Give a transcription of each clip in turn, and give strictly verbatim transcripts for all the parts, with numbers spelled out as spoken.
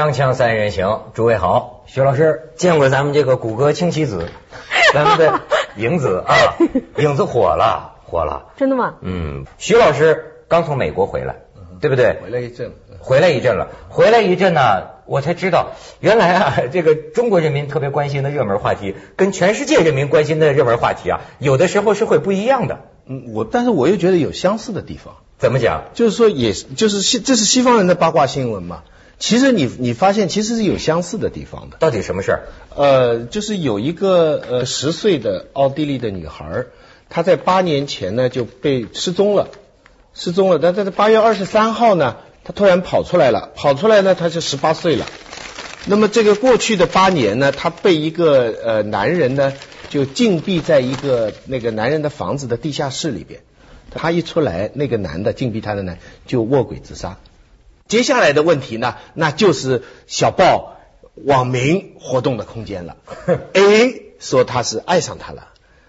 锵锵三人行，诸位好，徐老师见过咱们这个骨骼清奇子，咱们的影子啊，影子火了，火了， 真的吗？ 嗯，徐老师刚从美国回来，对不对？ 回来一阵， 回来一阵了，回来一阵呢，我才知道，原来啊，这个中国人民特别关心的热门话题，跟全世界人民关心的热门话题啊，有的时候是会不一样的。 嗯，我但是我又觉得有相似的地方。 怎么讲？ 就是说也，就是西，这是西方人的八卦新闻嘛。其实你你发现其实是有相似的地方的。 到底什么事儿？ 呃，就是有一个呃十岁的奥地利的女孩，她在八年前呢就被失踪了，失踪了。但在八月二十三号呢，她突然跑出来了，跑出来呢，她就十八岁了。那么这个过去的八年呢，她被一个呃男人呢就禁闭在一个那个男人的房子的地下室里边。他一出来，那个男的禁闭他的男就卧轨自杀。接下来的问题呢，那就是小报网民活动的空间了。A 说他是爱上他了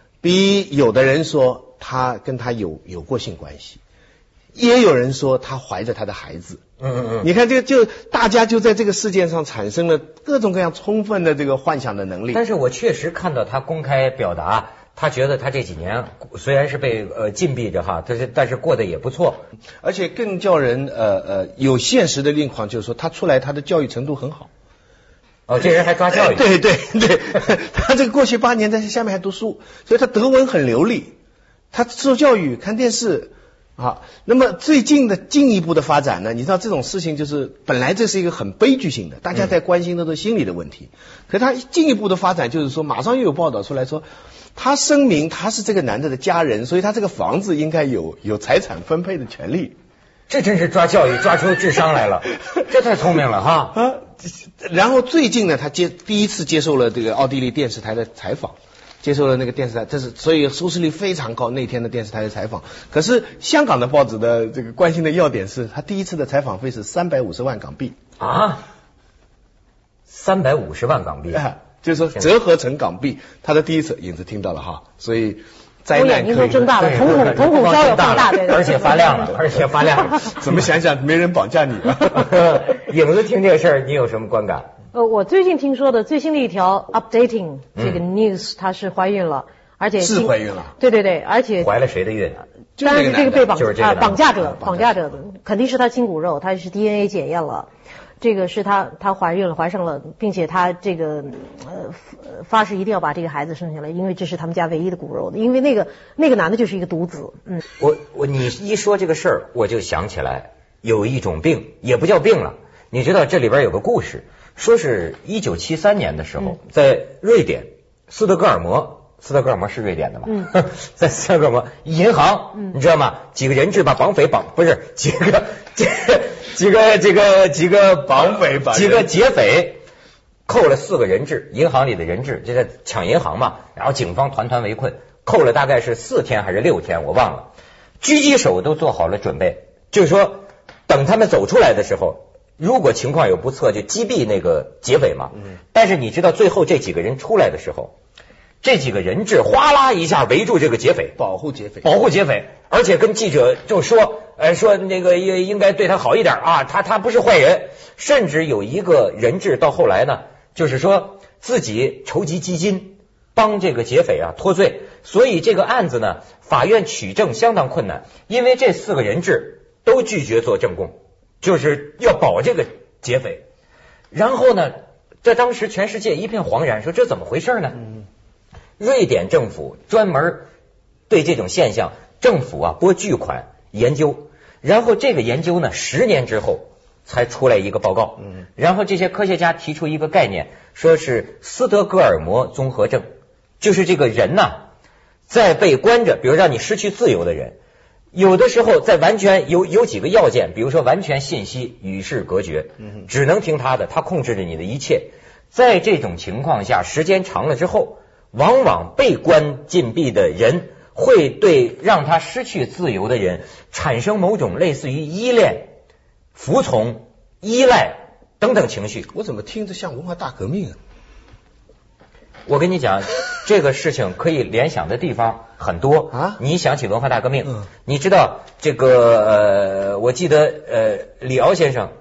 ，B 有的人说他跟他有有过性关系，也有人说他怀着他的孩子。 嗯嗯嗯， 你看这个就大家就在这个事件上产生了各种各样充分的这个幻想的能力。 但是我确实看到他公开表达。他觉得他这几年虽然是被呃禁闭着哈，但是但是过得也不错， 而且更叫人呃呃有现实的情况就是说他出来他的教育程度很好。 哦，这人还抓教育？ 对对对，他这个过去八年在下面还读书，所以他德文很流利，他受教育看电视啊。那么最近的进一步的发展呢，你知道这种事情就是本来这是一个很悲剧性的，大家在关心的都是心理的问题，可他进一步的发展就是说马上又有报道出来说。他声明他是这个男的的家人，所以他这个房子应该有有财产分配的权利。 这真是抓教育抓出智商来了，这太聪明了哈！ 啊，然后最近呢，他接第一次接受了这个奥地利电视台的采访，接受了那个电视台，这是所以收视率非常高。那天的电视台的采访，可是香港的报纸的这个关心的要点是他第一次的采访费是三百五十万港币啊，三百五十万港币。 啊就是说折合成港币，他的第一次影子听到了哈，所以灾难可以。 我眼睛都睁大了，瞳孔瞳孔稍有放大，对， 而且发亮了，而且发亮了。 怎么想想没人绑架你啊？ 影子听这个事儿，你有什么观感？ 呃，我最近听说的最新的一条 updating 这个 news，她是怀孕了，而且是怀孕了。 对对对，而且怀了谁的孕？ 当然是这个被绑啊绑架者， 绑架者的肯定是他亲骨肉，他是 D N A 检验了。这个是她，她怀孕了，怀上了，并且她这个呃发誓一定要把这个孩子生下来，因为这是他们家唯一的骨肉的，因为那个那个男的就是一个独子。嗯， 我我你一说这个事儿，我就想起来有一种病，也不叫病了，你知道这里边有个故事，说是一九七三年的时候，嗯、在瑞典斯德哥尔摩。斯德哥尔摩是瑞典的嘛？嗯，在斯德哥尔摩银行，嗯、你知道吗？几个人质把绑匪绑，不是几个这个几个这个几个绑匪把几个劫匪扣了四个人质，银行里的人质就在抢银行嘛，然后警方团团围困，扣了大概是四天还是六天，我忘了。狙击手都做好了准备，就是说等他们走出来的时候，如果情况有不测，就击毙那个劫匪嘛。嗯，但是你知道最后这几个人出来的时候。这几个人质哗啦一下围住这个劫匪， 保护劫匪， 保护劫匪，而且跟记者就说，呃，说那个应应该对他好一点啊，他他不是坏人，甚至有一个人质到后来呢，就是说自己筹集基金帮这个劫匪啊脱罪，所以这个案子呢，法院取证相当困难，因为这四个人质都拒绝做证供，就是要保这个劫匪。然后呢，在当时全世界一片惶然，说这怎么回事呢？嗯。瑞典政府专门对这种现象，政府啊拨巨款研究，然后这个研究呢，十年之后才出来一个报告。嗯，然后这些科学家提出一个概念，说是斯德哥尔摩综合症，就是这个人呐，在被关着，比如让你失去自由的人，有的时候在完全有有几个要件，比如说完全信息与世隔绝，嗯，只能听他的，他控制着你的一切。在这种情况下，时间长了之后。往往被关禁闭的人会对让他失去自由的人产生某种类似于依恋、服从、依赖等等情绪。 我怎么听着像文化大革命啊？ 我跟你讲，这个事情可以联想的地方很多啊。你想起文化大革命，嗯、你知道这个呃，我记得呃，李敖先生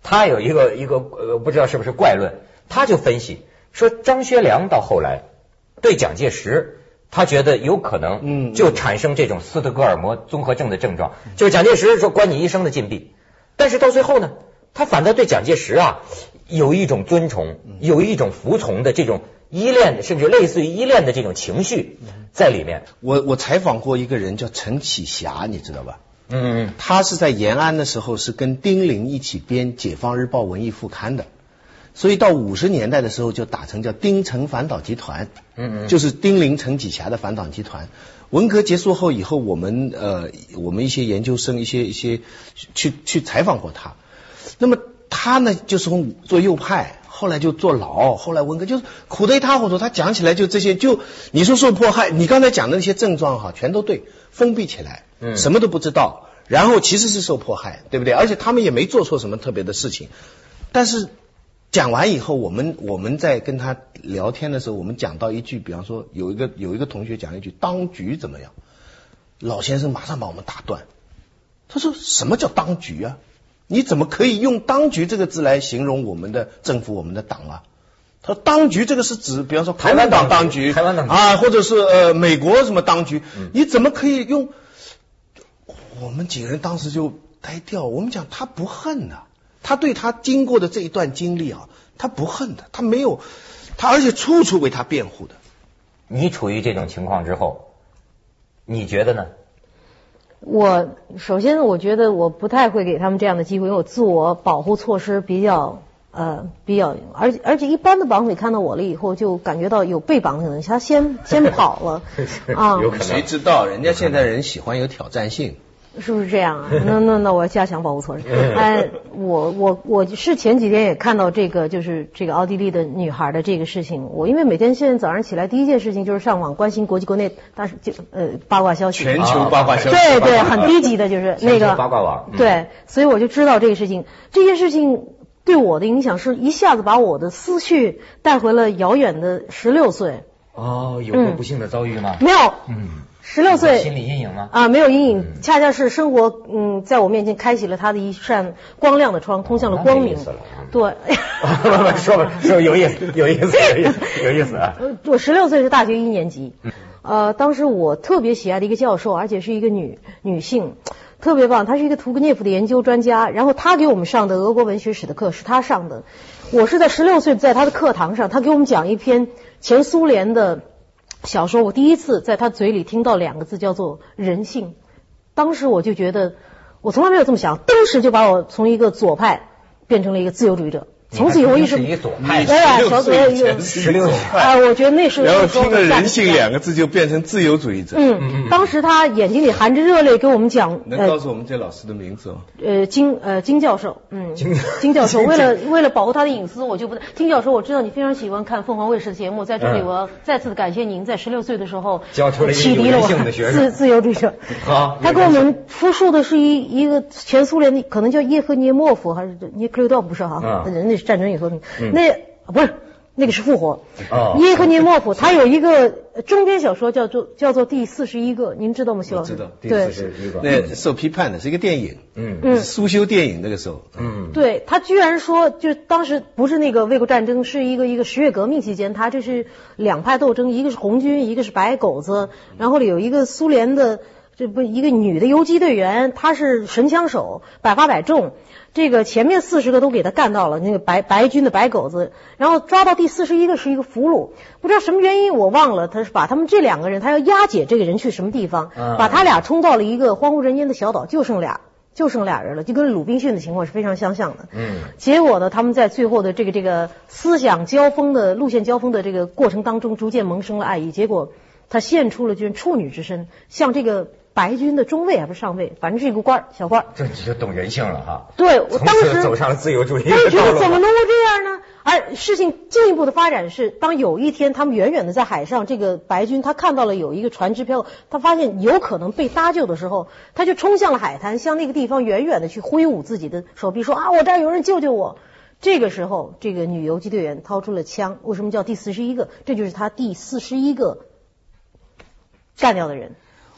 他有一个一个呃不知道是不是怪论，他就分析说张学良到后来对蒋介石。他觉得有可能就产生这种斯德哥尔摩综合症的症状，就是蒋介石说关你一生的禁闭，但是到最后呢，他反倒对蒋介石啊有一种尊崇，有一种服从的这种依恋，甚至类似于依恋的这种情绪在里面。 我我采访过一个人叫陈启霞，你知道吧？ 嗯嗯， 他是在延安的时候是跟丁玲一起编《解放日报》文艺副刊的。所以到五十年代的时候就打成叫丁陈反导集团，嗯嗯，就是丁玲陈启霞的反导集团。文革结束后以后，我们呃我们一些研究生一些一些去去采访过他。那么他呢就是从做右派，后来就坐牢，后来文革就是苦得一塌糊涂。他讲起来就这些，就你说受迫害，你刚才讲的那些症状哈，全都对，封闭起来，嗯，什么都不知道，然后其实是受迫害，对不对？而且他们也没做错什么特别的事情，但是。讲完以后，我们我们在跟他聊天的时候，我们讲到一句，比方说有一个有一个同学讲一句当局怎么样，老先生马上把我们打断，他说什么叫当局啊？你怎么可以用当局这个字来形容我们的政府我们的党啊？他说当局这个是指比方说台湾党当局， 台湾党啊，或者是呃美国什么当局，嗯、你怎么可以用？我们几个人当时就呆掉，我们讲他不恨呐、啊。他对他经过的这一段经历啊，他不恨的，他没有，他而且处处为他辩护的。 你处于这种情况之后，你觉得呢？ 我首先我觉得我不太会给他们这样的机会，因为我自我保护措施比较呃比较，而且而且一般的绑匪看到我了以后，就感觉到有被绑的可能性，他先先跑了啊。有可能谁知道人家现在人喜欢有挑战性。 是不是这样啊？那那那我要加强保护措施。哎，我我我是前几天也看到这个，就是这个奥地利的女孩的这个事情。我因为每天现在早上起来第一件事情就是上网关心国际国内大是就呃八卦消息， 全球八卦消息， 对对，很低级的，就是那个八卦网。 对，所以我就知道这个事情。这件事情对我的影响是一下子把我的思绪带回了遥远的十六岁。 哦，有过不幸的遭遇吗？ 嗯、没有。 嗯。 十六岁心理阴影吗？ 啊，没有阴影，嗯、恰恰是生活嗯，在我面前开启了他的一扇光亮的窗，通向了光明。 哦、 对， 说吧，说有意思，有意思，有意思，有意思啊！ 我十六岁是大学一年级，呃，当时我特别喜爱的一个教授，而且是一个女女性，特别棒。她是一个屠格涅夫的研究专家，然后她给我们上的俄国文学史的课是她上的。我是在十六岁在她的课堂上，她给我们讲一篇前苏联的小说，我第一次在他嘴里听到两个字叫做人性，当时我就觉得我从来没有这么想，当时就把我从一个左派变成了一个自由主义者。从此以后意识， 是一左派， 对，小左右十六岁啊，我觉得那是然后听了人性两个字就变成自由主义者。 嗯，当时他眼睛里含着热泪给我们讲， 能告诉我们这老师的名字吗？ 呃，金呃金教授，嗯，金金教授，为了为了保护他的隐私，我就不金教授，我知道你非常喜欢看凤凰卫视的节目，在这里我要再次感谢您在十六岁的时候启迪了我自自由主义者。 好， 他给我们复述的是一一个前苏联的，可能叫叶赫涅莫夫还是涅克留道，不是哈，人那是战争与和平。嗯、那不是那个是复活。哦，耶赫涅莫夫他有一个中篇小说叫做叫做第四十一个，您知道吗？徐老师？ 知道。 第四十一个。 那受批判的是一个电影。嗯嗯。苏修电影那个时候。 嗯。对，他居然说，就是当时不是那个卫国战争，是一个一个十月革命期间，他这是两派斗争，一个是红军，一个是白狗子，然后有一个苏联的这不一个女的游击队员，她是神枪手，百发百中。这个前面四十个都给他干到了，那个白白军的白狗子，然后抓到第四十一个是一个俘虏，不知道什么原因我忘了，他是把他们这两个人，他要押解这个人去什么地方，嗯、把他俩冲到了一个荒无人烟的小岛，就剩俩就剩俩人了，就跟鲁滨逊的情况是非常相像的。嗯，结果呢，他们在最后的这个这个思想交锋的路线交锋的这个过程当中，逐渐萌生了爱意，结果他现出了就是处女之身，像这个白军的中尉还不是上尉，反正是一个官小官。 这你就懂人性了哈。 对，我当时走上了自由主义的道路。他觉得怎么能够这样呢？而事情进一步的发展是，当有一天他们远远的在海上，这个白军他看到了有一个船只飘，他发现有可能被搭救的时候，他就冲向了海滩，向那个地方远远的去挥舞自己的手臂，说啊，我这儿有人救救我。这个时候，这个女游击队员掏出了枪。为什么叫第四十一个？这就是他第四十一个干掉的人。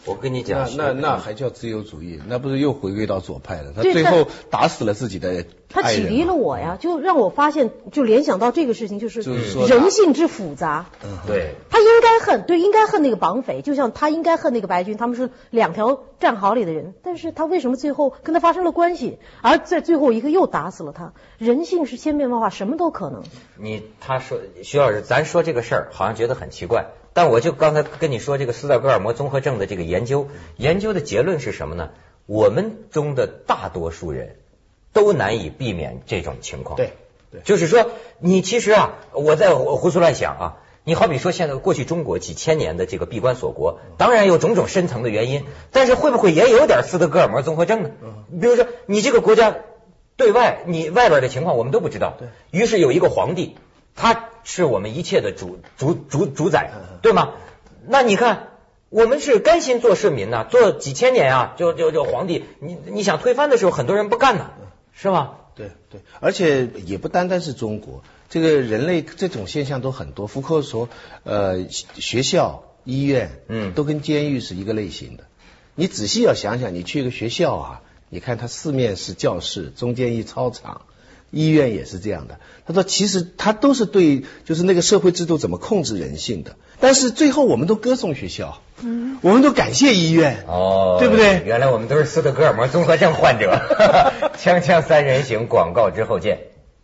我跟你讲， 那那那还叫自由主义？那不是又回归到左派了？他最后打死了自己的爱人。 他启迪了我呀，就让我发现，就联想到这个事情，就是人性之复杂。 嗯，对。 他应该恨，对，应该恨那个绑匪，就像他应该恨那个白军，他们是两条战壕里的人，但是他为什么最后跟他发生了关系，而在最后一个又打死了他？人性是千变万化，什么都可能。 你他说徐老师，咱说这个事儿好像觉得很奇怪。但我就刚才跟你说这个斯德哥尔摩综合症的这个研究，研究的结论是什么呢？我们中的大多数人都难以避免这种情况。 对，对， 就是说你其实啊，我在胡思乱想啊，你好比说现在过去中国几千年的这个闭关锁国，当然有种种深层的原因，但是会不会也有点斯德哥尔摩综合症呢？比如说你这个国家对外，你外边的情况我们都不知道，于是有一个皇帝，他是我们一切的主主主主宰，对吗？那你看，我们是甘心做顺民呐、啊，做几千年啊，就就就皇帝，你你想推翻的时候，很多人不干呐，是吗？ 对对，而且也不单单是中国，这个人类这种现象都很多。福柯说，呃，学校、医院，嗯，都跟监狱是一个类型的。你仔细要想想，你去一个学校啊，你看它四面是教室，中间一操场。医院也是这样的，他说其实他都是对，就是那个社会制度怎么控制人性的。但是最后我们都歌颂学校，嗯，我们都感谢医院， 哦， 对不对？ 原来我们都是斯德哥尔摩综合症患者。锵锵三人行，广告之后见。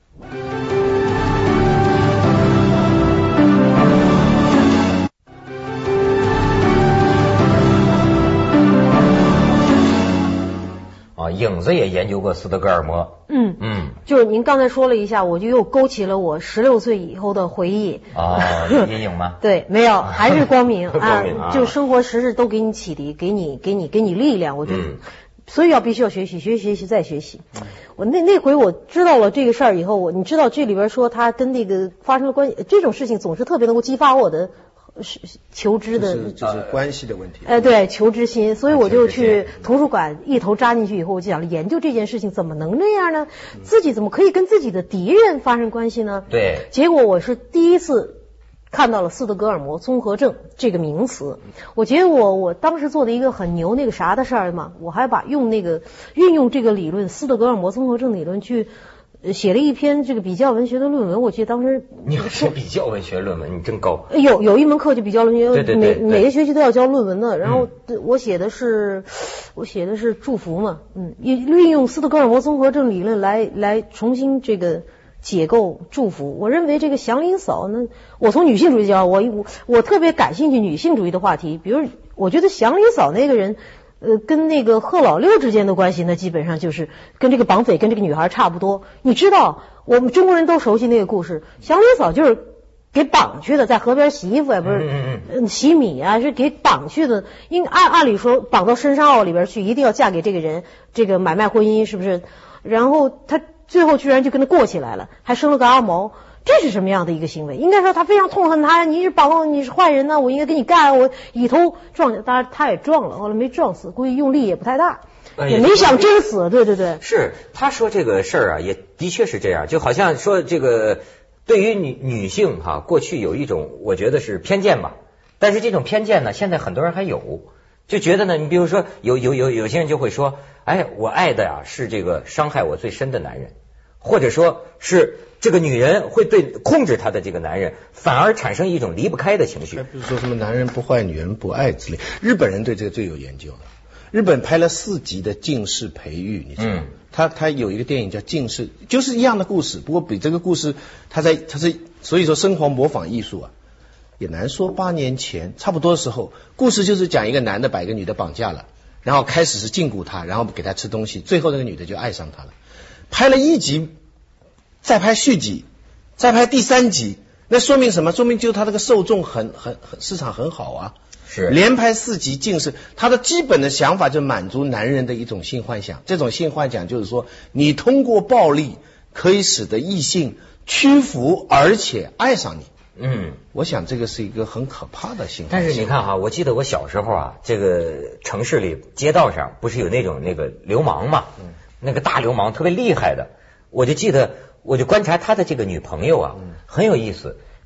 影子也研究过斯德哥尔摩， 嗯嗯，就是您刚才说了一下，我就又勾起了我十六岁以后的回忆。 哦，有阴影吗？ 对，没有，还是光明光明啊，就生活时事都给你启迪，给你给你给你力量，我觉得，嗯、所以要必须要学习，学习学习再学习。嗯、我那那回我知道了这个事儿以后，我你知道这里边说他跟那个发生了关系，这种事情总是特别能够激发我的。是求知的， 就是就是关系的问题。 哎，对，求知心，所以我就去图书馆一头扎进去以后，我就想研究这件事情怎么能这样呢？自己怎么可以跟自己的敌人发生关系呢？ 对。 结果我是第一次看到了斯德哥尔摩综合症这个名词，我觉得我我当时做的一个很牛那个啥的事儿嘛，我还把用那个运用这个理论斯德哥尔摩综合症理论去。写了一篇这个比较文学的论文，我记得当时你要写比较文学论文，你真高。 有有一门课就比较文学， 对对对对每每个学期都要教论文的。然后我写的是、嗯、我写的是祝福嘛，嗯，运用斯德哥尔摩综合症理论来来重新这个解构祝福。我认为这个祥林嫂呢，我从女性主义角度，我我我特别感兴趣女性主义的话题，比如我觉得祥林嫂那个人。呃，跟那个贺老六之间的关系呢，基本上就是跟这个绑匪跟这个女孩差不多。你知道，我们中国人都熟悉那个故事，祥林嫂就是给绑去的，在河边洗衣服呀，不是嗯洗米啊，是给绑去的。应按按理说，绑到深山坳里边去，一定要嫁给这个人，这个买卖婚姻是不是？然后他最后居然就跟他过起来了，还生了个阿毛。这是什么样的一个行为？应该说他非常痛恨他，你是绑我，你是坏人呢、啊，我应该跟你干，我一头撞，当然他也撞了，后来没撞死，估计用力也不太大，哎、也没想真死，对对对。 是他说这个事儿啊，也的确是这样，就好像说这个对于女女性哈、啊，过去有一种我觉得是偏见吧，但是这种偏见呢，现在很多人还有，就觉得呢，你比如说有有有有些人就会说，哎，我爱的呀、啊、是这个伤害我最深的男人，或者说是。这个女人会对控制她的这个男人，反而产生一种离不开的情绪。 比如说什么男人不坏，女人不爱之类。日本人对这个最有研究的。日本拍了四集的近视培育，你知道吗？嗯、他他有一个电影叫《近视》，就是一样的故事，不过比这个故事，他在他是所以说生活模仿艺术啊，也难说。八年前差不多的时候，故事就是讲一个男的把一个女的绑架了，然后开始是禁锢她，然后给她吃东西，最后那个女的就爱上他了。拍了一集。再拍续集，再拍第三集，那说明什么？说明就是他这个受众很很很市场很好啊。 是连拍四集，尽是他的基本的想法，就满足男人的一种性幻想。这种性幻想就是说，你通过暴力可以使得异性屈服，而且爱上你。嗯，我想这个是一个很可怕的性幻想。 但是你看哈，我记得我小时候啊，这个城市里街道上不是有那种那个流氓嘛，嗯、那个大流氓特别厉害的，我就记得。我就观察他的这个女朋友啊，很有意思。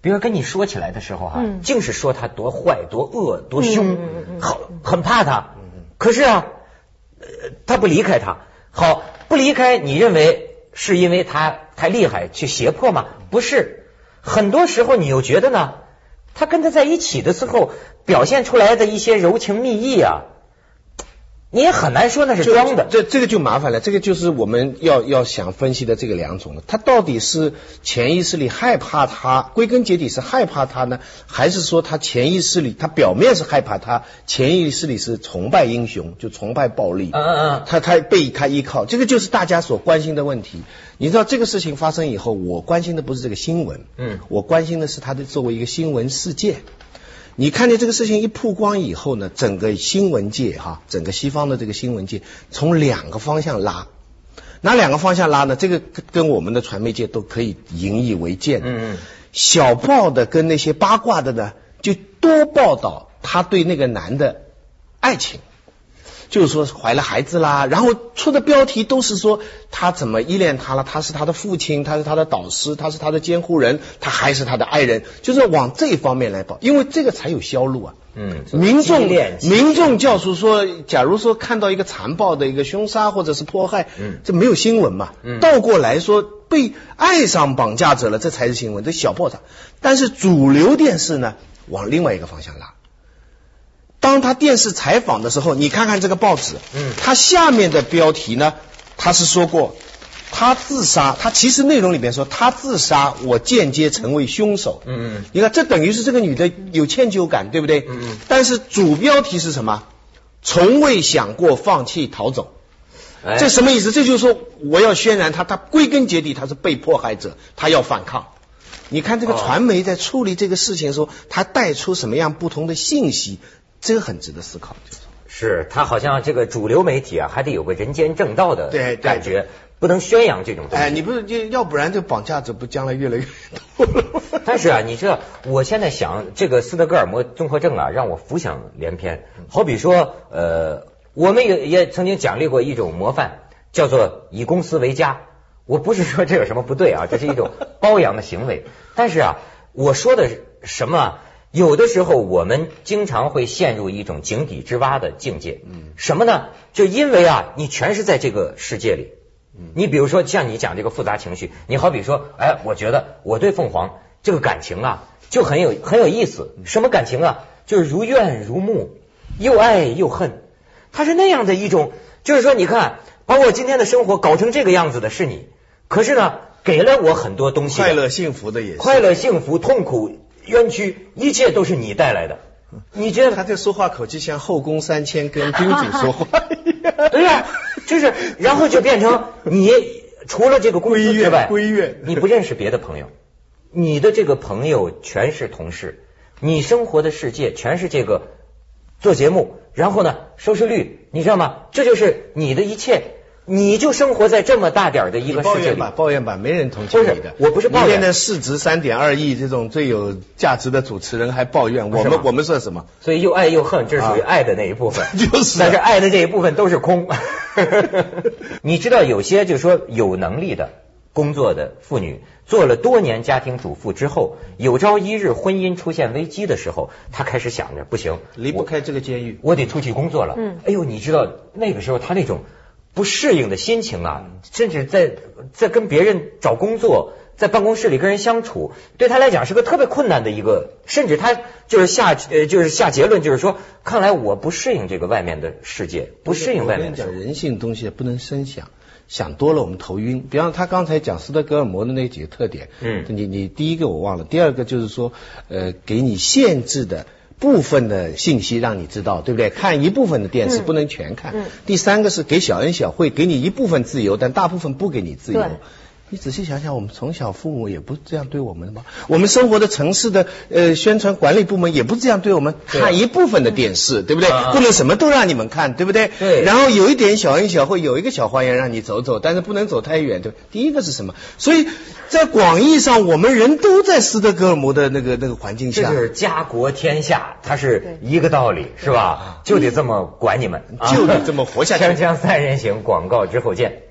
比如跟你说起来的时候哈、啊， 嗯、 净是说他多坏、多恶、多凶， 嗯嗯嗯、 好很怕他。可是啊，呃，他不离开他。好，不离开，你认为是因为他太厉害去胁迫吗？不是，很多时候你又觉得呢，他跟他在一起的时候表现出来的一些柔情蜜意啊。你也很难说那是装的， 这这个就麻烦了，这个就是我们要要想分析的这个两种了。他到底是潜意识里害怕他，归根结底是害怕他呢，还是说他潜意识里他表面是害怕他，潜意识里是崇拜英雄，就崇拜暴力？ 嗯嗯嗯， 他他被他依靠，这个就是大家所关心的问题。你知道这个事情发生以后，我关心的不是这个新闻，嗯，我关心的是他的作为一个新闻事件。你看见这个事情一曝光以后呢，整个新闻界哈，整个西方的这个新闻界从两个方向拉，哪两个方向拉呢？这个跟我们的传媒界都可以引以为鉴。嗯嗯，小报的跟那些八卦的呢，就多报道他对那个男的爱情。就是说怀了孩子啦，然后出的标题都是说他怎么依恋他了，他是他的父亲，他是他的导师，他是他的监护人，他还是他的爱人，就是往这方面来报，因为这个才有销路啊。嗯，民众民众教出说，假如说看到一个残暴的一个凶杀或者是迫害，嗯，这没有新闻嘛。嗯，倒过来说被爱上绑架者了，这才是新闻，这小报上。但是主流电视呢，往另外一个方向拉。当他电视采访的时候，你看看这个报纸，嗯，他下面的标题呢，他是说过他自杀，他其实内容里面说他自杀，我间接成为凶手，嗯嗯，你看这等于是这个女的有歉疚感，对不对？嗯嗯。但是主标题是什么？从未想过放弃逃走，哎，这什么意思？这就是说我要渲染他，他归根结底他是被迫害者，他要反抗。你看这个传媒在处理这个事情的时候，他带出什么样不同的信息？这个很值得思考，就是是他好像这个主流媒体啊，还得有个人间正道的感觉，不能宣扬这种东西。 哎，你不是就要不然这绑架者不将来越来越多了？ 但是啊，你知道，我现在想这个斯德哥尔摩综合症啊，让我浮想联翩。好比说，呃，我们也也曾经奖励过一种模范，叫做以公司为家。我不是说这有什么不对啊，这是一种包养的行为。但是啊，我说的是什么？有的时候我们经常会陷入一种井底之蛙的境界，嗯，什么呢？就因为啊，你全是在这个世界里，嗯，你比如说像你讲这个复杂情绪，你好比说，哎，我觉得我对凤凰这个感情啊，就很有很有意思。什么感情啊？就是如怨如慕，又爱又恨，它是那样的一种，就是说，你看，把我今天的生活搞成这个样子的是你，可是呢，给了我很多东西， 快乐幸福的也是， 快乐幸福痛苦。冤屈，一切都是你带来的。你觉得他这说话口气像后宫三千跟君主说话一样？ 对呀、啊，就是，然后就变成你除了这个公司之外， 归院， 你不认识别的朋友，你的这个朋友全是同事，你生活的世界全是这个做节目，然后呢收视率，你知道吗？这就是你的一切。你就生活在这么大点的一个世界里， 抱怨吧，抱怨吧，没人同情你的。 我不是抱怨， 你现在市值三点二亿，这种最有价值的主持人还抱怨，我们我们算什么？ 所以又爱又恨，这是属于爱的那一部分， 啊、就是、啊。 但是爱的这一部分都是空。你知道有些就是说有能力的工作的妇女，做了多年家庭主妇之后，有朝一日婚姻出现危机的时候，她开始想着不行， 离不开这个监狱， 我得出去工作了。嗯，哎呦，你知道那个时候她那种不适应的心情啊，甚至在在跟别人找工作，在办公室里跟人相处，对他来讲是个特别困难的一个，甚至他就是下呃就是下结论，就是说，看来我不适应这个外面的世界，不适应外面的世界。 我跟你讲，人性东西不能深想，想多了我们头晕。比方他刚才讲斯德哥尔摩的那几个特点，嗯，你你第一个我忘了，第二个就是说，呃，给你限制的部分的信息让你知道，对不对？看一部分的电视，嗯、不能全看。嗯、第三个是给小恩小惠，给你一部分自由，但大部分不给你自由。你仔细想想，我们从小父母也不是这样对我们的吗？我们生活的城市的呃宣传管理部门也不是这样对我们，看一部分的电视，对不对？啊、不能什么都让你们看，对不对？ 对。 然后有一点小恩小惠，有一个小花园让你走走，但是不能走太远，对吧？第一个是什么？所以在广义上，我们人都在斯德哥尔摩的那个那个环境下， 这就是家国天下，它是一个道理，是吧？就得这么管你们， 就得这么活下去。 锵锵三人行，广告之后见。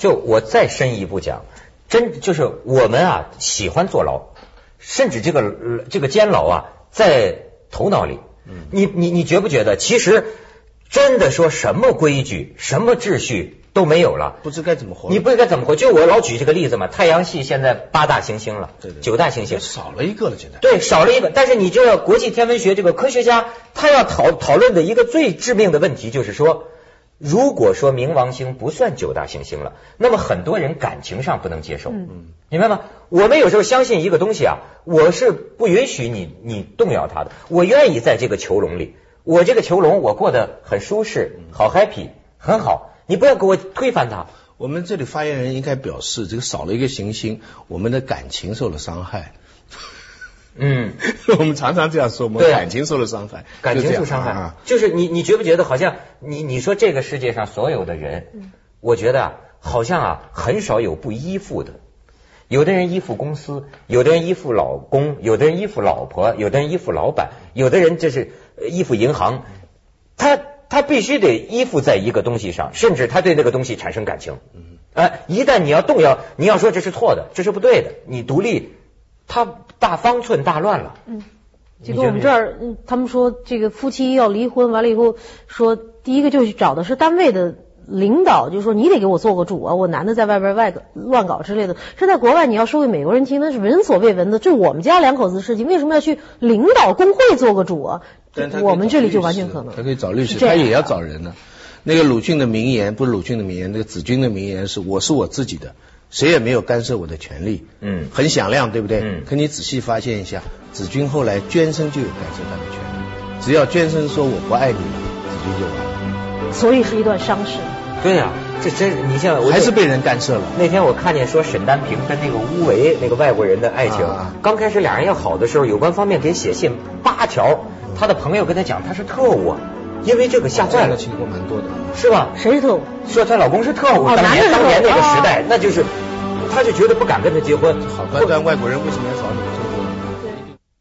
就我再深一步讲，真就是我们啊喜欢坐牢，甚至这个这个监牢啊在头脑里。你你你觉不觉得，其实真的说什么规矩、什么秩序都没有了， 不知该怎么活。 你不知该怎么活。就我老举这个例子嘛，太阳系现在八大行星了， 对对对九大行星少了一个了，现在。 对，少了一个。但是你知道，国际天文学这个科学家他要讨讨论的一个最致命的问题就是说，如果说冥王星不算九大行星了，那么很多人感情上不能接受，嗯，明白吗？我们有时候相信一个东西啊，我是不允许你你动摇它的，我愿意在这个囚笼里，我这个囚笼我过得很舒适，好 happy， 很好，你不要给我推翻它。 我们这里发言人应该表示，这个少了一个行星，我们的感情受了伤害。 嗯， 我们常常这样说，我们感情受了伤害， 感情受伤害，啊、就是你你觉不觉得好像你你说这个世界上所有的人，嗯、我觉得啊，好像啊很少有不依附的，有的人依附公司，有的人依附老公，有的人依附老婆，有的人依附老板，有的人就是依附银行，他他必须得依附在一个东西上，甚至他对那个东西产生感情。嗯，哎，一旦你要动摇，你要说这是错的，这是不对的，你独立。他大方寸大乱了。嗯， 就跟我们这儿，嗯，他们说这个夫妻要离婚，完了以后说，第一个就是找的是单位的领导，就说你得给我做个主啊，我男的在外边外乱搞之类的。是在国外你要说给美国人听，那是闻所未闻的，这我们家两口子的事情，为什么要去领导工会做个主啊？我们这里就完全可能。 他可以找律师，他也要找人呢。那个鲁迅的名言不是鲁迅的名言，那个子君的名言是我是我自己的。谁也没有干涉我的权利，嗯，很响亮，对不对？嗯。可你仔细发现一下，子君后来捐生就有干涉他的权利，只要捐生说我不爱你了，子君就完了。 所以是一段伤事。 对呀、啊，这真你像我还是被人干涉了。 那天我看见说沈丹平跟那个乌维那个外国人的爱情，啊、刚开始俩人要好的时候，有关方面给写信八条，他的朋友跟他讲他是特务啊。因为这个吓坏了， 这个情况蛮多的， 是吧？ 谁是特务？ 说她老公是特务， 哦、 当年当年那个时代， 哦、 那就是，他就觉得不敢跟他结婚。 好端端外国人为什么要找你？